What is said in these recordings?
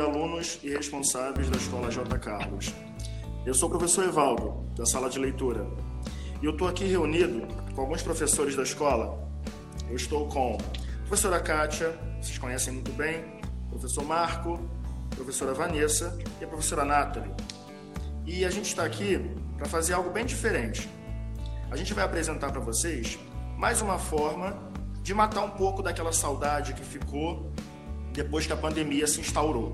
alunos e responsáveis da Escola J. Carlos. Eu sou o professor Evaldo, da Sala de Leitura, e eu estou aqui reunido com alguns professores da escola. Eu estou com a professora Kátia, vocês conhecem muito bem, o professor Marco, a professora Vanessa e a professora Nathalie. E a gente está aqui para fazer algo bem diferente. A gente vai apresentar para vocês mais uma forma de matar um pouco daquela saudade que ficou depois que a pandemia se instaurou.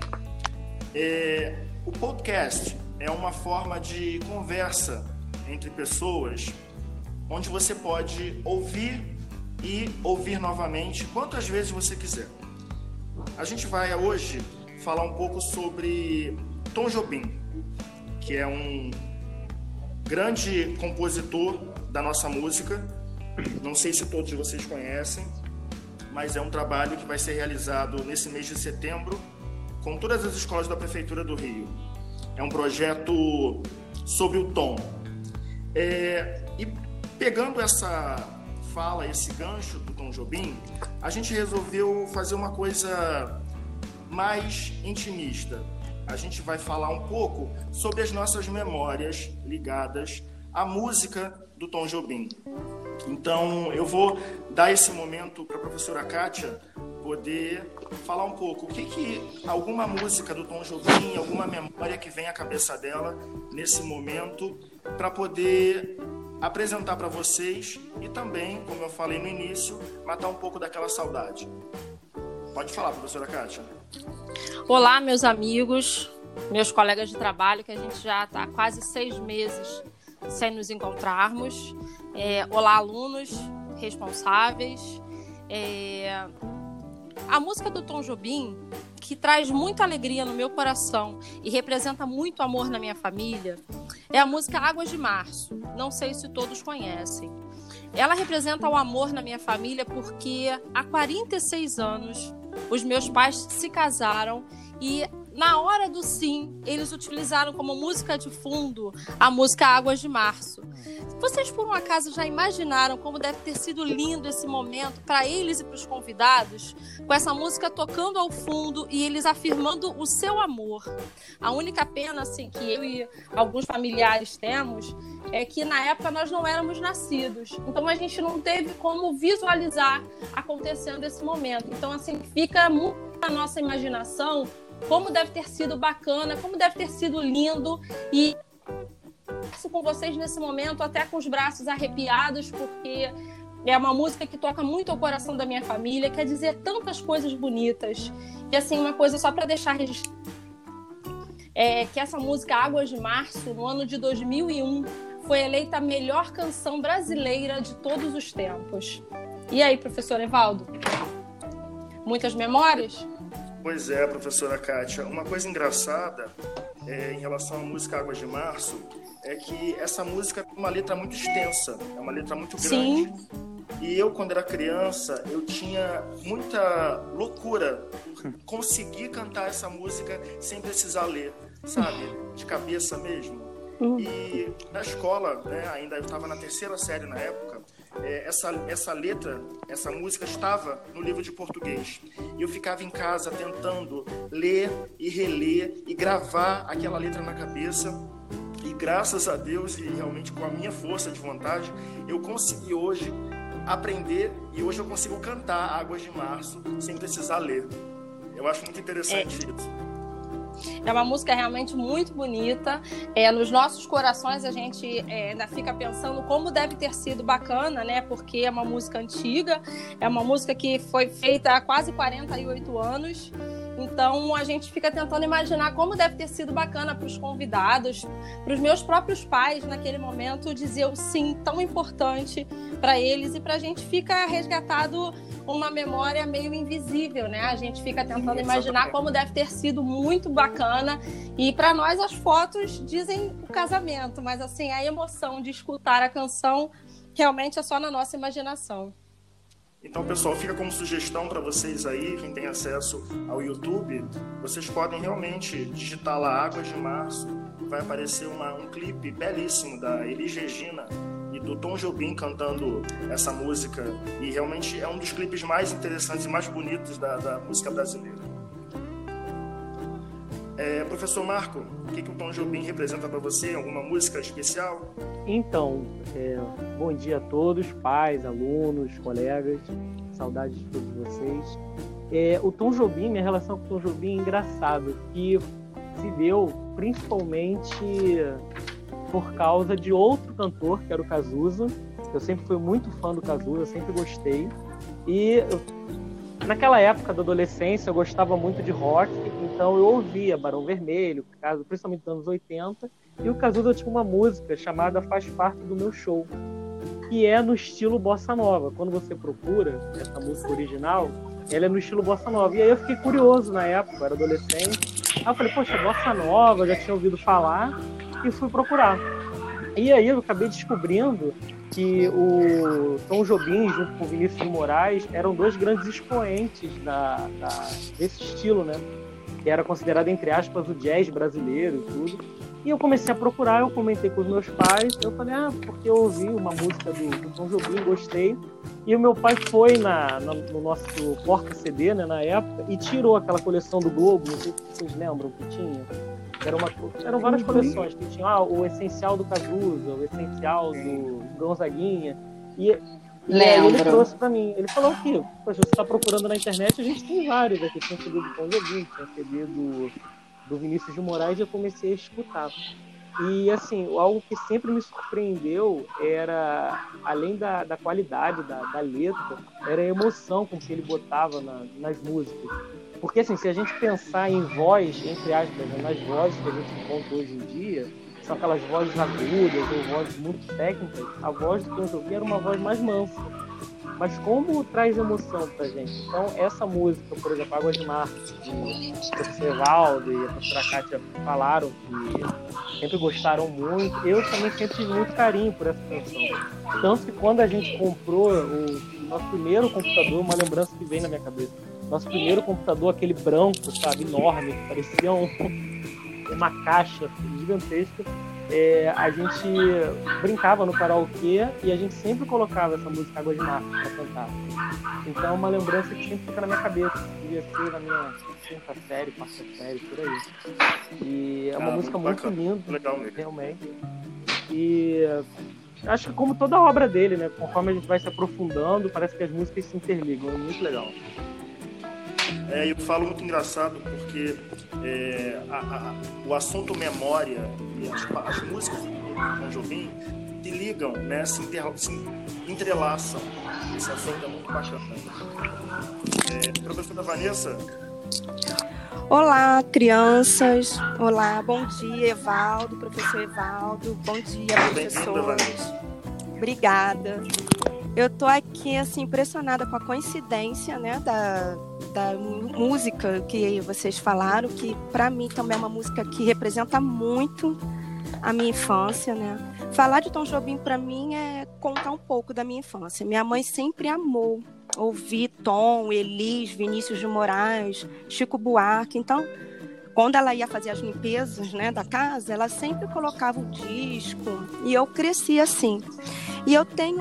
O podcast é uma forma de conversa entre pessoas, onde você pode ouvir e ouvir novamente quantas vezes você quiser. A gente vai hoje falar um pouco sobre Tom Jobim, que é um grande compositor da nossa música. Não sei se todos vocês conhecem, mas é um trabalho que vai ser realizado nesse mês de setembro com todas as escolas da Prefeitura do Rio. É um projeto sobre o tom. E pegando essa fala, esse gancho do Tom Jobim, a gente resolveu fazer uma coisa mais intimista. A gente vai falar um pouco sobre as nossas memórias ligadas à música do Tom Jobim. Então, eu vou dar esse momento para a professora Kátia poder falar um pouco o que alguma música do Tom Jobim, alguma memória que vem à cabeça dela nesse momento, para poder apresentar para vocês e também, como eu falei no início, matar um pouco daquela saudade. Pode falar, professora Kátia. Olá, meus amigos, meus colegas de trabalho, que a gente já está há quase 6 meses sem nos encontrarmos. Olá, alunos responsáveis. A música do Tom Jobim, que traz muita alegria no meu coração e representa muito amor na minha família, é a música Águas de Março. Não sei se todos conhecem. Ela representa o amor na minha família porque há 46 anos os meus pais se casaram e na hora do sim, eles utilizaram como música de fundo a música Águas de Março. Vocês, por um acaso, já imaginaram como deve ter sido lindo esse momento para eles e para os convidados, com essa música tocando ao fundo e eles afirmando o seu amor? A única pena, assim, que eu e alguns familiares temos é que na época nós não éramos nascidos. Então a gente não teve como visualizar acontecendo esse momento. Então, assim, fica muito na nossa imaginação como deve ter sido bacana, como deve ter sido lindo, e passo com vocês nesse momento até com os braços arrepiados, porque é uma música que toca muito ao coração da minha família, quer dizer tantas coisas bonitas. E assim, uma coisa só para deixar registrado, que essa música Águas de Março, no ano de 2001, foi eleita a melhor canção brasileira de todos os tempos. E aí, professor Evaldo? Muitas memórias? Pois é, professora Kátia. Uma coisa engraçada em relação à música Águas de Março é que essa música tem uma letra muito extensa, é uma letra muito grande. Sim. E eu, quando era criança, eu tinha muita loucura por conseguir cantar essa música sem precisar ler, sabe? De cabeça mesmo. E na escola, né, ainda eu estava na 3ª série na época, essa letra, essa música estava no livro de português. E eu ficava em casa tentando ler e reler e gravar aquela letra na cabeça. E graças a Deus, e realmente com a minha força de vontade, eu consegui hoje aprender e hoje eu consigo cantar Águas de Março sem precisar ler. Eu acho muito interessante isso. É uma música realmente muito bonita. Nos nossos corações a gente ainda fica pensando como deve ter sido bacana, né? Porque é uma música antiga, é uma música que foi feita há quase 48 anos. Então a gente fica tentando imaginar como deve ter sido bacana para os convidados, para os meus próprios pais naquele momento dizer o sim tão importante para eles, e para a gente fica resgatado uma memória meio invisível, né? A gente fica tentando imaginar como deve ter sido muito bacana, e para nós as fotos dizem o casamento, mas assim, a emoção de escutar a canção realmente é só na nossa imaginação. Então, pessoal, fica como sugestão para vocês aí, quem tem acesso ao YouTube, vocês podem realmente digitar lá Águas de Março, e vai aparecer um clipe belíssimo da Elis Regina e do Tom Jobim cantando essa música, e realmente é um dos clipes mais interessantes e mais bonitos da música brasileira. Professor Marco, o que o Tom Jobim representa para você? Alguma música especial? Então, bom dia a todos, pais, alunos, colegas, saudades de todos vocês. O Tom Jobim, minha relação com o Tom Jobim é engraçado, que se deu principalmente por causa de outro cantor, que era o Cazuza. Eu sempre fui muito fã do Cazuza, sempre gostei. E naquela época da adolescência eu gostava muito de rock, então eu ouvia Barão Vermelho, principalmente nos anos 80, e o Cazuza tinha uma música chamada Faz Parte do Meu Show, que é no estilo bossa nova. Quando você procura essa música original, ela é no estilo bossa nova. E aí eu fiquei curioso na época, eu era adolescente. Aí eu falei, poxa, bossa nova, já tinha ouvido falar, e fui procurar. E aí eu acabei descobrindo que o Tom Jobim, junto com o Vinícius de Moraes, eram dois grandes expoentes desse estilo, né? Que era considerado, entre aspas, o jazz brasileiro e tudo. E eu comecei a procurar, eu comentei com os meus pais, eu falei, porque eu ouvi uma música do Tom Jobim, gostei. E o meu pai foi no nosso porta-CD, né, na época, e tirou aquela coleção do Globo, não sei se vocês lembram que tinha. Eram várias coleções, que tinham o essencial do Cazuza, o essencial do Gonzaguinha. E aí ele trouxe pra mim. Ele falou que, poxa, você tá procurando na internet, a gente tem vários aqui. Tinha CD do Tom Jobim, tinha CD do Vinícius de Moraes, e eu comecei a escutar. E, assim, algo que sempre me surpreendeu era, além da qualidade da letra, era a emoção com que ele botava nas músicas. Porque, assim, se a gente pensar em voz, entre aspas, né, nas vozes que a gente encontra hoje em dia, são aquelas vozes agudas ou vozes muito técnicas, a voz do Tom Jobim era uma voz mais mansa. Mas como traz emoção pra gente? Então, essa música, por exemplo, Águas de Março, que o professor Evaldo e a professora Kátia falaram que sempre gostaram muito, eu também sempre tive muito carinho por essa canção. Tanto que quando a gente comprou o nosso primeiro computador, uma lembrança que vem na minha cabeça, nosso primeiro computador, aquele branco, sabe, enorme, que parecia uma caixa gigantesca, a gente brincava no karaokê e a gente sempre colocava essa música Águas de Março para cantar. Então é uma lembrança que sempre fica na minha cabeça. Devia ser na minha quinta série, quarta série, por aí. E é uma música muito linda, legal, realmente. E acho que como toda a obra dele, né, conforme a gente vai se aprofundando, parece que as músicas se interligam. É muito legal. Eu falo muito engraçado porque o assunto memória e as músicas do Tom Jobim se ligam, né, se entrelaçam. Esse assunto é muito bacana. Professora Vanessa. Olá, crianças. Olá, bom dia, Evaldo, professor Evaldo. Bom dia, professores. Obrigada. Eu tô aqui, assim, impressionada com a coincidência, né, da música que vocês falaram, que para mim também é uma música que representa muito a minha infância, né? Falar de Tom Jobim para mim é contar um pouco da minha infância. Minha mãe sempre amou ouvir Tom, Elis, Vinícius de Moraes, Chico Buarque. Então, quando ela ia fazer as limpezas, né, da casa, ela sempre colocava o disco e eu cresci assim. E eu tenho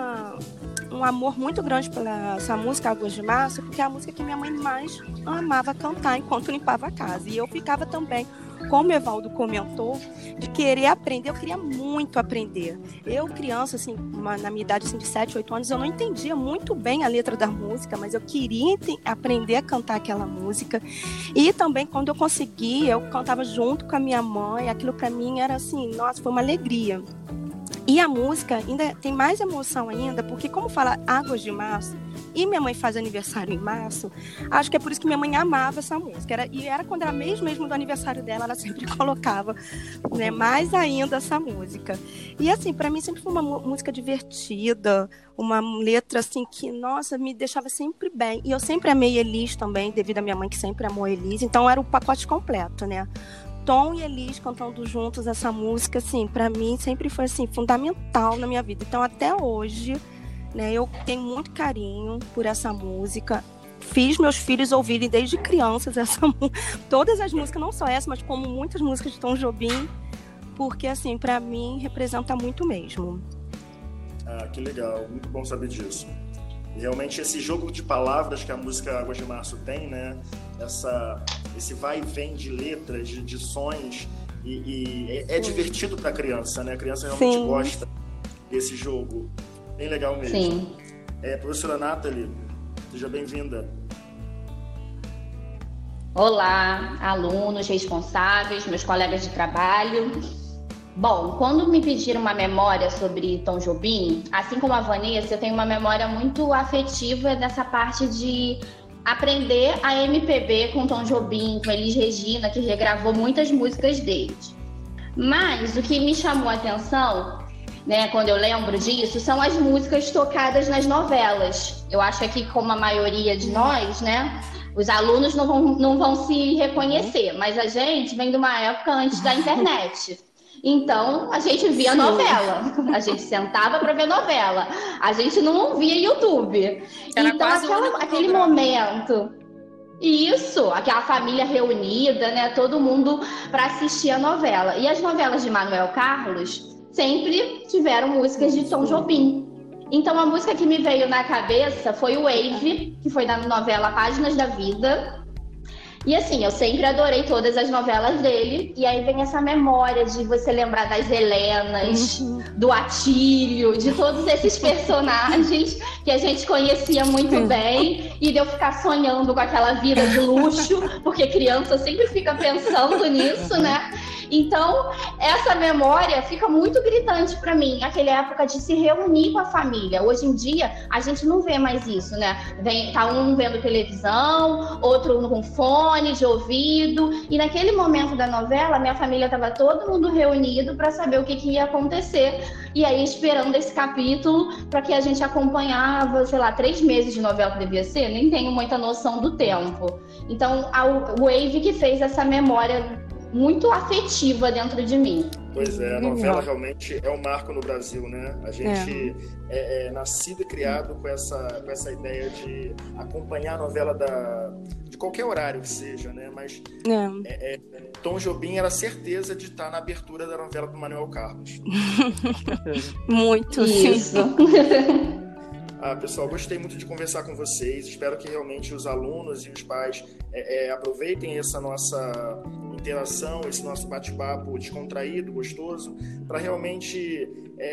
um amor muito grande pela essa música Águas de Março, porque é a música que minha mãe mais amava cantar enquanto limpava a casa. E eu ficava também, como o Evaldo comentou, de querer aprender. Eu queria muito aprender. Eu, criança, assim, na minha idade assim, de 7, 8 anos, eu não entendia muito bem a letra da música, mas eu queria aprender a cantar aquela música. E também, quando eu conseguia, eu cantava junto com a minha mãe. Aquilo para mim era assim, nossa, foi uma alegria. E a música ainda tem mais emoção ainda, porque como fala Águas de Março, e minha mãe faz aniversário em março, acho que é por isso que minha mãe amava essa música. Era quando era mesmo do aniversário dela, ela sempre colocava, né, mais ainda essa música. E assim, para mim sempre foi uma música divertida, uma letra assim que, nossa, me deixava sempre bem. E eu sempre amei Elis também, devido à minha mãe que sempre amou Elis, então era o pacote completo, né? Tom e Elis cantando juntos essa música, assim, para mim sempre foi assim, fundamental na minha vida. Então, até hoje, né, eu tenho muito carinho por essa música. Fiz meus filhos ouvirem desde crianças todas as músicas, não só essa, mas como muitas músicas de Tom Jobim, porque, assim, para mim representa muito mesmo. Ah, que legal, muito bom saber disso. E realmente esse jogo de palavras que a música Águas de Março tem, né? esse vai e vem de letras, de sons, e é divertido para a criança, né? A criança realmente gosta desse jogo. Bem legal mesmo. Sim. Professora Nathalie, seja bem-vinda. Olá, alunos responsáveis, meus colegas de trabalho. Bom, quando me pediram uma memória sobre Tom Jobim, assim como a Vanessa, eu tenho uma memória muito afetiva dessa parte de aprender a MPB com Tom Jobim, com Elis Regina, que regravou muitas músicas dele. Mas o que me chamou a atenção, né, quando eu lembro disso, são as músicas tocadas nas novelas. Eu acho que, como a maioria de nós, né, os alunos não vão se reconhecer, mas a gente vem de uma época antes da internet. Então, a gente via novela, a gente sentava para ver novela, a gente não via YouTube. Era então, aquele momento, isso, aquela família reunida, né, todo mundo para assistir a novela. E as novelas de Manuel Carlos sempre tiveram músicas de Tom Jobim. Então, a música que me veio na cabeça foi o Wave, que foi da novela Páginas da Vida. E assim, eu sempre adorei todas as novelas dele. E aí vem essa memória de você lembrar das Helenas, do Atílio, de todos esses personagens que a gente conhecia muito bem. E de eu ficar sonhando com aquela vida de luxo, porque criança sempre fica pensando nisso, né? Então, essa memória fica muito gritante para mim, aquela época de se reunir com a família. Hoje em dia, a gente não vê mais isso, né? Tá um vendo televisão, outro com fone de ouvido. E naquele momento da novela, minha família estava todo mundo reunido para saber o que ia acontecer. E aí, esperando esse capítulo, para que a gente acompanhava, sei lá, 3 meses de novela que devia ser, nem tenho muita noção do tempo. Então, a Wave que fez essa memória muito afetiva dentro de mim. Pois é, a novela realmente é um marco no Brasil, né? A gente é nascido e criado com essa ideia de acompanhar a novela de qualquer horário que seja, né? Mas Tom Jobim era certeza de estar na abertura da novela do Manuel Carlos. Muito, isso. Pessoal, gostei muito de conversar com vocês. Espero que realmente os alunos e os pais aproveitem essa nossa interação, esse nosso bate-papo descontraído, gostoso, para realmente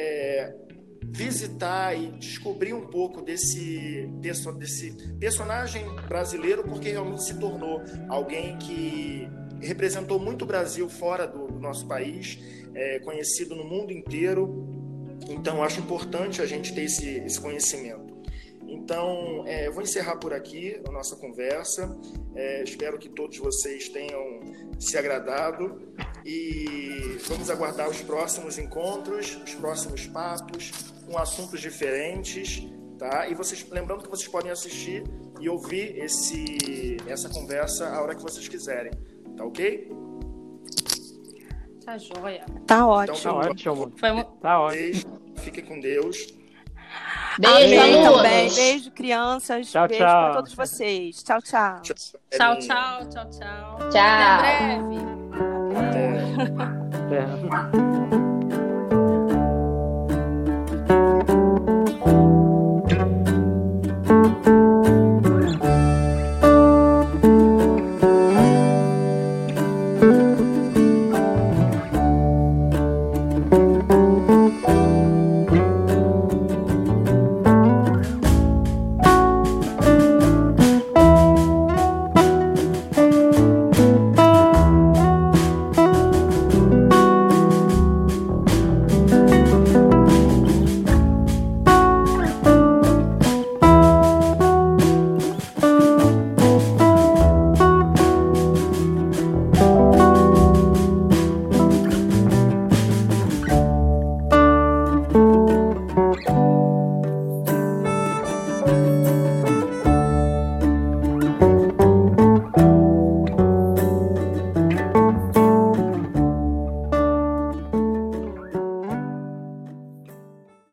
visitar e descobrir um pouco desse personagem brasileiro, porque realmente se tornou alguém que representou muito o Brasil fora do nosso país, conhecido no mundo inteiro. Então, acho importante a gente ter esse conhecimento. Então, eu vou encerrar por aqui a nossa conversa. Espero que todos vocês tenham se agradado e vamos aguardar os próximos encontros, os próximos papos, com assuntos diferentes, tá? E lembrando que vocês podem assistir e ouvir essa conversa a hora que vocês quiserem, tá ok? Tá joia. Tá ótimo. Então, Tá ótimo. Tá ótimo. Fiquem com Deus. Beijo, Amém, alunos. também. Beijo, crianças. Tchau, Beijo tchau. para todos vocês. Tchau, tchau. Tchau, tchau, tchau, tchau. Tchau. Até breve. Até. É.